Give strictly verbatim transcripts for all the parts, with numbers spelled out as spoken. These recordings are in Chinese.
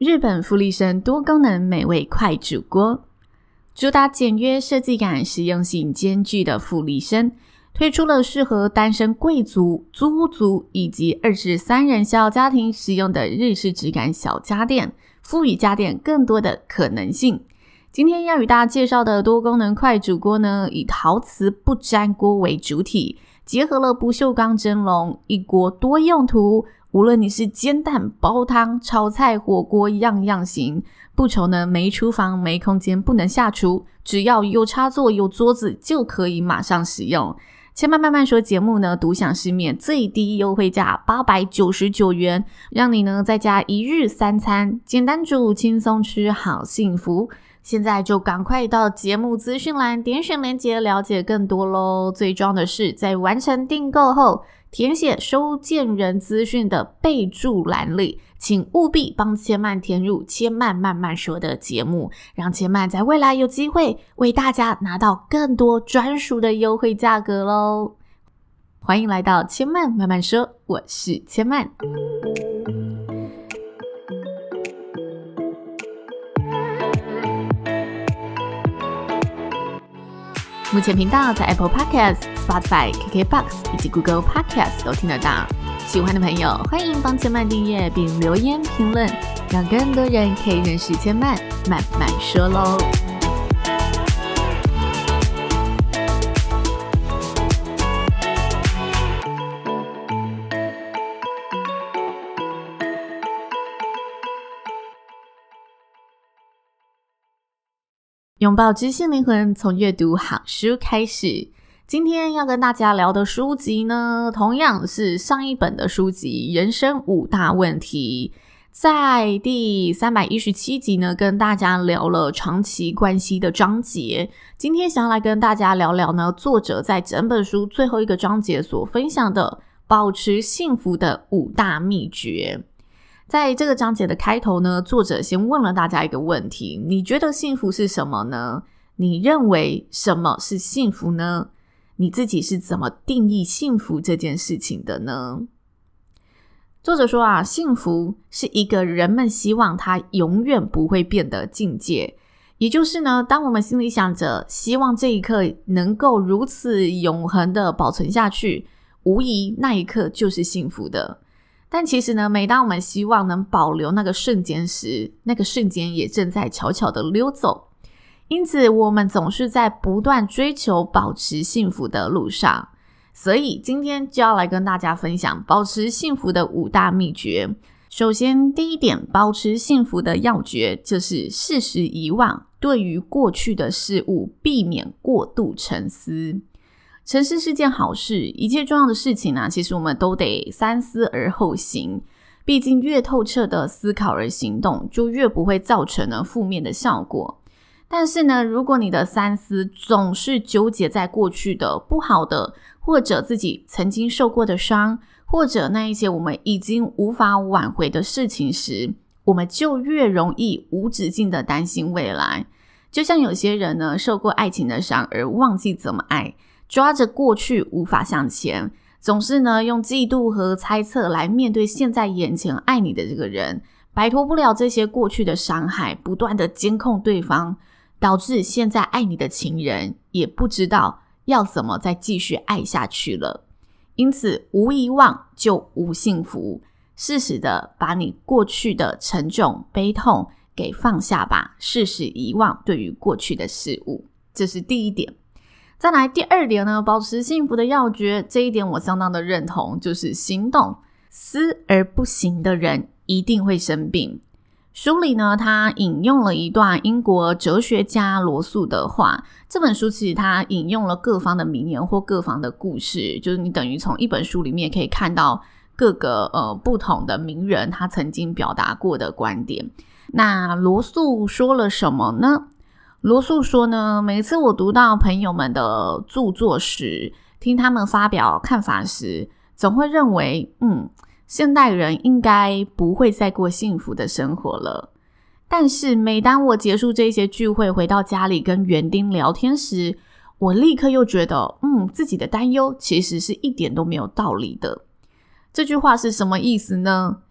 日本福利生多功能美味快煮锅，主打简约设计感、实用性兼具的福利生推出了适合单身贵族、租屋族以及二至三人小家庭使用的日式质感小家电，赋予家电更多的可能性。今天要与大家介绍的多功能快煮锅呢，以陶瓷不粘锅为主体，结合了不锈钢蒸笼，一锅多用途。无论你是煎蛋、煲汤、炒菜、火锅，样样行。不愁呢没厨房、没空间不能下厨，只要有插座、有桌子就可以马上使用。千曼慢慢说节目呢，独享市面最低优惠价八百九十九元，让你呢在家一日三餐简单煮，轻松吃，好幸福。现在就赶快到节目资讯栏点选连结了解更多咯。最重要的是，在完成订购后填写收件人资讯的备注栏里，请务必帮千曼填入千曼慢慢说的节目，让千曼在未来有机会为大家拿到更多专属的优惠价格咯。欢迎来到千曼慢慢说，我是千曼。目前频道在 Apple Podcast、Spotify、K K B O X 以及 Google Podcast 都听得到。喜欢的朋友欢迎帮千曼订阅并留言评论，让更多人可以认识千曼慢慢说咯。拥抱知性灵魂，从阅读好书开始。今天要跟大家聊的书籍呢，同样是上一本的书籍《人生五大问题》。在第三百一十七集呢，跟大家聊了长期关系的章节。今天想要来跟大家聊聊呢，作者在整本书最后一个章节所分享的保持幸福的五大秘诀。在这个章节的开头呢，作者先问了大家一个问题，你觉得幸福是什么呢？你认为什么是幸福呢？你自己是怎么定义幸福这件事情的呢？作者说啊，幸福是一个人们希望它永远不会变的境界，也就是呢，当我们心里想着希望这一刻能够如此永恒的保存下去，无疑那一刻就是幸福的。但其实呢，每当我们希望能保留那个瞬间时，那个瞬间也正在悄悄的溜走。因此我们总是在不断追求保持幸福的路上。所以今天就要来跟大家分享保持幸福的五大秘诀。首先，第一点，保持幸福的要诀就是适时遗忘，对于过去的事物避免过度沉思。沉思是件好事，一切重要的事情啊，其实我们都得三思而后行。毕竟越透彻的思考而行动，就越不会造成呢负面的效果。但是呢，如果你的三思总是纠结在过去的不好的，或者自己曾经受过的伤，或者那一些我们已经无法挽回的事情时，我们就越容易无止境的担心未来。就像有些人呢，受过爱情的伤而忘记怎么爱，抓着过去无法向前，总是呢用嫉妒和猜测来面对现在眼前爱你的这个人，摆脱不了这些过去的伤害，不断的监控对方，导致现在爱你的情人也不知道要怎么再继续爱下去了。因此无遗忘就无幸福，适时的把你过去的沉重悲痛给放下吧，适时遗忘对于过去的事物，这是第一点。再来第二点呢，保持幸福的要诀，这一点我相当的认同，就是行动。思而不行的人一定会生病。书里呢，他引用了一段英国哲学家罗素的话。这本书其实他引用了各方的名言或各方的故事，就是你等于从一本书里面可以看到各个呃不同的名人他曾经表达过的观点。那罗素说了什么呢？罗素说呢，每次我读到朋友们的著作时，听他们发表看法时，总会认为嗯，现代人应该不会再过幸福的生活了。但是每当我结束这些聚会，回到家里跟园丁聊天时，我立刻又觉得嗯，自己的担忧其实是一点都没有道理的。这句话是什么意思呢？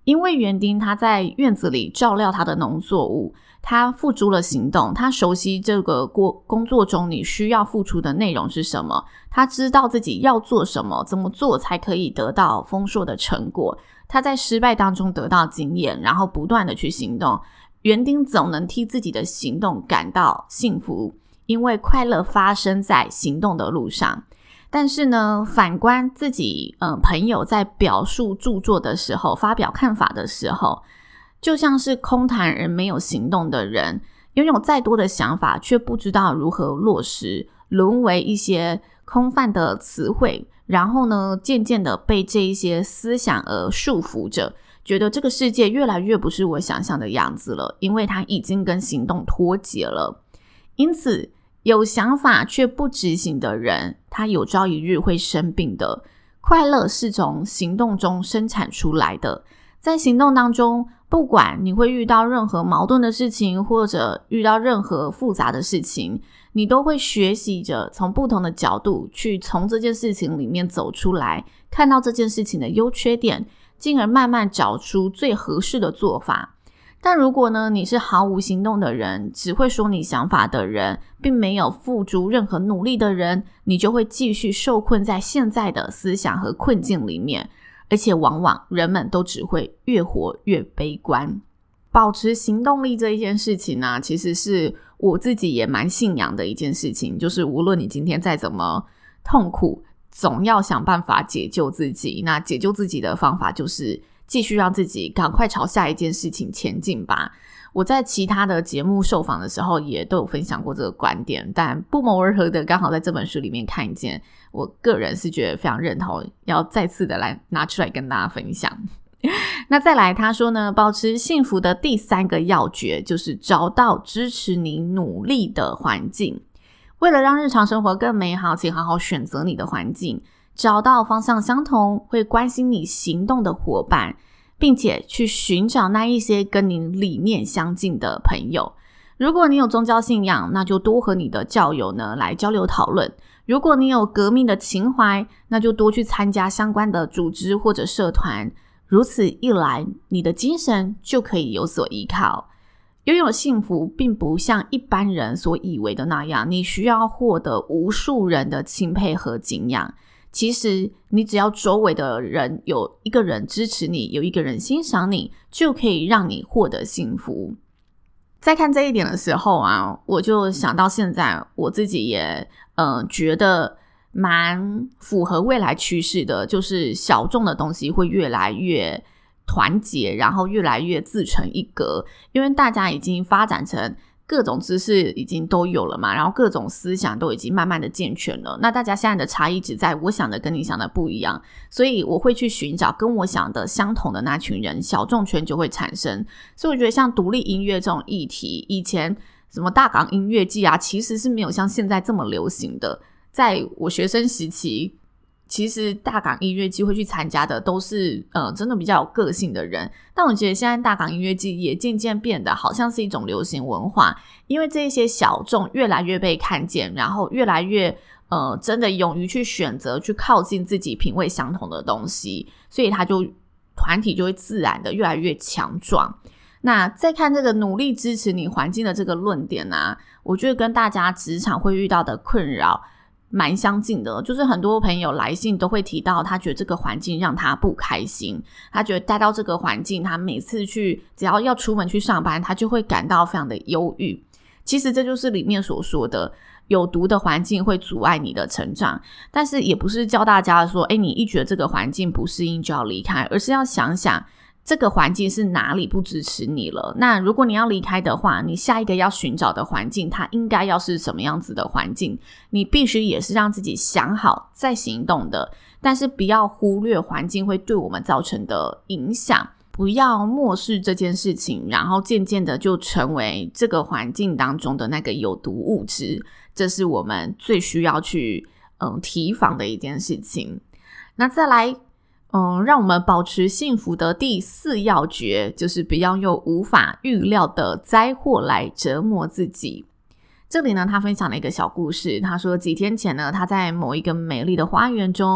因为园丁他在院子里照料他的农作物，他付诸了行动，他熟悉这个工作中你需要付出的内容是什么，他知道自己要做什么，怎么做才可以得到丰硕的成果，他在失败当中得到经验，然后不断的去行动。园丁总能替自己的行动感到幸福，因为快乐发生在行动的路上。但是呢，反观自己呃朋友在表述著作的时候，发表看法的时候，就像是空谈而没有行动的人，拥有再多的想法却不知道如何落实，沦为一些空泛的词汇，然后呢渐渐的被这一些思想而束缚着，觉得这个世界越来越不是我想象的样子了，因为它已经跟行动脱节了。因此有想法却不执行的人，他有朝一日会生病的。快乐是从行动中生产出来的，在行动当中，不管你会遇到任何矛盾的事情，或者遇到任何复杂的事情，你都会学习着从不同的角度去从这件事情里面走出来，看到这件事情的优缺点，进而慢慢找出最合适的做法。但如果呢，你是毫无行动的人，只会说你想法的人，并没有付诸任何努力的人，你就会继续受困在现在的思想和困境里面，而且往往人们都只会越活越悲观。保持行动力这一件事情呢、啊，其实是我自己也蛮信仰的一件事情，就是无论你今天再怎么痛苦，总要想办法解救自己。那解救自己的方法就是继续让自己赶快朝下一件事情前进吧。我在其他的节目受访的时候也都有分享过这个观点，但不谋而合的刚好在这本书里面看见，我个人是觉得非常认同，要再次的来拿出来跟大家分享。那再来他说呢，保持幸福的第三个要诀就是找到支持你努力的环境。为了让日常生活更美好，请好好选择你的环境，找到方向相同，会关心你行动的伙伴，并且去寻找那一些跟你理念相近的朋友。如果你有宗教信仰，那就多和你的教友呢来交流讨论。如果你有革命的情怀，那就多去参加相关的组织或者社团。如此一来，你的精神就可以有所依靠。拥有幸福并不像一般人所以为的那样，你需要获得无数人的钦佩和敬仰。其实你只要周围的人有一个人支持你，有一个人欣赏你，就可以让你获得幸福。在看这一点的时候啊，我就想到现在我自己也呃觉得蛮符合未来趋势的，就是小众的东西会越来越团结，然后越来越自成一格，因为大家已经发展成各种知识已经都有了嘛，然后各种思想都已经慢慢的健全了，那大家现在的差异只在我想的跟你想的不一样，所以我会去寻找跟我想的相同的那群人，小众圈就会产生。所以我觉得像独立音乐这种议题，以前什么大港音乐季啊，其实是没有像现在这么流行的。在我学生时期，其实大港音乐季会去参加的都是呃真的比较有个性的人，但我觉得现在大港音乐季也渐渐变得好像是一种流行文化，因为这些小众越来越被看见，然后越来越呃真的勇于去选择去靠近自己品味相同的东西，所以它就团体就会自然的越来越强壮。那再看这个努力支持你环境的这个论点啊，我觉得跟大家职场会遇到的困扰蛮相近的，就是很多朋友来信都会提到他觉得这个环境让他不开心，他觉得待到这个环境，他每次去只要要出门去上班，他就会感到非常的忧郁。其实这就是里面所说的有毒的环境会阻碍你的成长，但是也不是教大家说诶你一觉得这个环境不适应就要离开，而是要想想这个环境是哪里不支持你了，那如果你要离开的话，你下一个要寻找的环境它应该要是什么样子的环境，你必须也是让自己想好再行动的，但是不要忽略环境会对我们造成的影响，不要漠视这件事情，然后渐渐的就成为这个环境当中的那个有毒物质，这是我们最需要去嗯提防的一件事情。那再来嗯，让我们保持幸福的第四要诀就是不要用无法预料的灾祸来折磨自己。这里呢，他分享了一个小故事，他说几天前呢，他在某一个美丽的花园中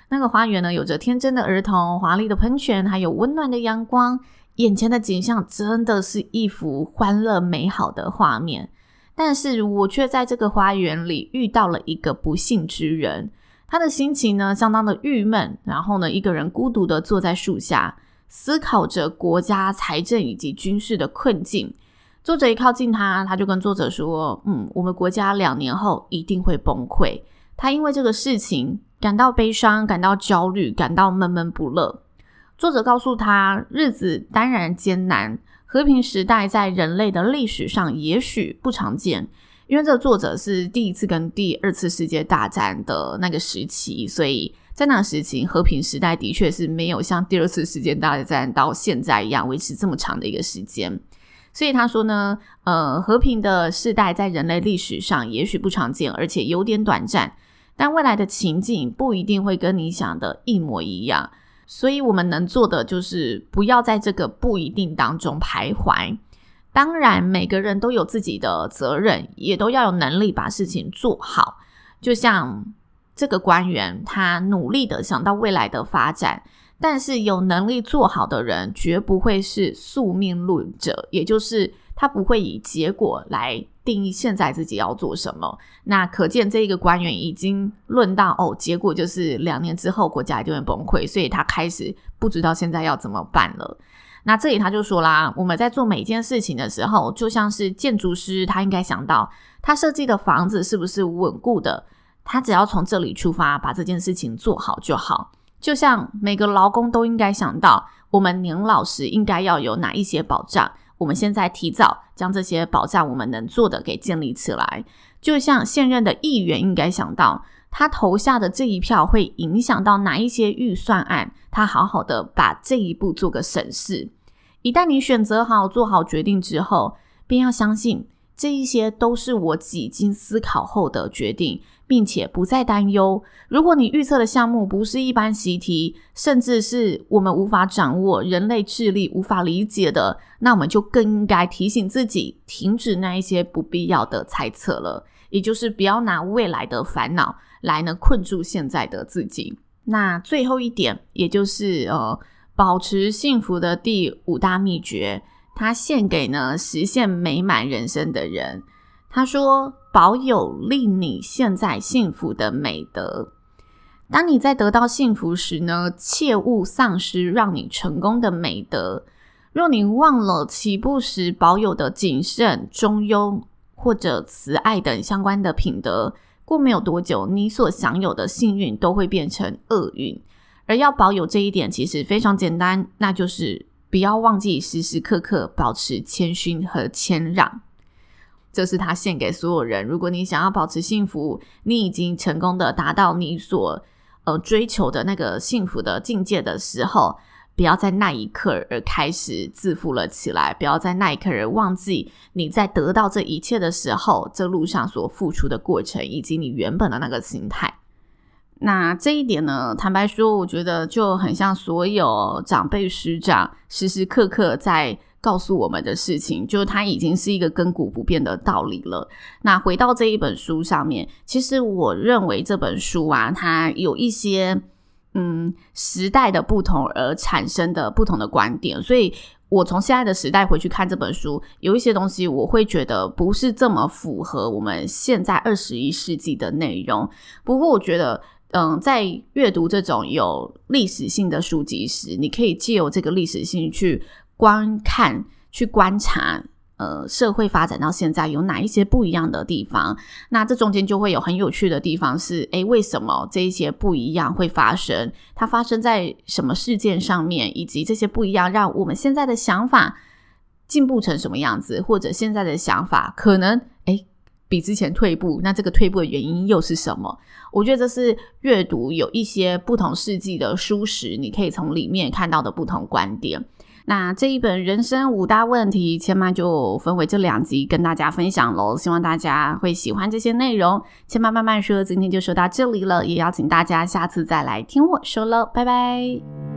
那个花园呢，有着天真的儿童、华丽的喷泉，还有温暖的阳光，眼前的景象真的是一幅欢乐美好的画面。但是我却在这个花园里遇到了一个不幸之人，他的心情呢相当的郁闷，然后呢一个人孤独的坐在树下，思考着国家财政以及军事的困境。作者一靠近他，他就跟作者说，嗯，我们国家两年后一定会崩溃。他因为这个事情感到悲伤，感到焦虑，感到闷闷不乐。作者告诉他，日子当然艰难，和平时代在人类的历史上也许不常见，因为这个作者是第一次跟第二次世界大战的那个时期，所以在那个时期和平时代的确是没有像第二次世界大战到现在一样维持这么长的一个时间。所以他说呢，呃，和平的世代在人类历史上也许不常见，而且有点短暂，但未来的情境不一定会跟你想的一模一样。所以我们能做的就是不要在这个不一定当中徘徊。当然每个人都有自己的责任，也都要有能力把事情做好。就像这个官员，他努力的想到未来的发展，但是有能力做好的人绝不会是宿命论者，也就是他不会以结果来定义现在自己要做什么。那可见这个官员已经论到哦，结果就是两年之后国家一定会崩溃，所以他开始不知道现在要怎么办了。那这里他就说啦，我们在做每件事情的时候，就像是建筑师，他应该想到他设计的房子是不是稳固的，他只要从这里出发，把这件事情做好就好。就像每个劳工都应该想到，我们年老时应该要有哪一些保障，我们现在提早将这些保障我们能做的给建立起来。就像现任的议员应该想到，他投下的这一票会影响到哪一些预算案，他好好的把这一步做个审视。一旦你选择好做好决定之后，便要相信这一些都是我几经思考后的决定，并且不再担忧。如果你预测的项目不是一般习题，甚至是我们无法掌握、人类智力无法理解的，那我们就更应该提醒自己，停止那一些不必要的猜测了，也就是不要拿未来的烦恼来呢困住现在的自己。那最后一点，也就是呃保持幸福的第五大秘诀，他献给呢实现美满人生的人。他说，保有令你现在幸福的美德。当你在得到幸福时呢，切勿丧失让你成功的美德。若你忘了起步时保有的谨慎、中庸或者慈爱等相关的品德，过没有多久，你所享有的幸运都会变成厄运。而要保有这一点其实非常简单，那就是不要忘记时时刻刻保持谦逊和谦让。这是他献给所有人，如果你想要保持幸福，你已经成功的达到你所呃追求的那个幸福的境界的时候，不要在那一刻而开始自负了起来，不要在那一刻而忘记你在得到这一切的时候，这路上所付出的过程以及你原本的那个心态。那这一点呢，坦白说我觉得就很像所有长辈师长时时刻刻在告诉我们的事情，就它已经是一个亘古不变的道理了。那回到这一本书上面，其实我认为这本书啊，它有一些嗯时代的不同而产生的不同的观点，所以我从现在的时代回去看这本书，有一些东西我会觉得不是这么符合我们现在二十一世纪的内容。不过我觉得嗯，在阅读这种有历史性的书籍时，你可以借由这个历史性去观看、去观察呃，社会发展到现在有哪一些不一样的地方。那这中间就会有很有趣的地方是，诶，为什么这一些不一样会发生？它发生在什么事件上面？以及这些不一样让我们现在的想法进步成什么样子？或者现在的想法可能诶比之前退步，那这个退步的原因又是什么？我觉得这是阅读有一些不同世纪的书时，你可以从里面看到的不同观点。那这一本人生五大问题，千曼就分为这两集跟大家分享咯，希望大家会喜欢这些内容。千曼慢慢说，今天就说到这里了，也邀请大家下次再来听我说咯，拜拜。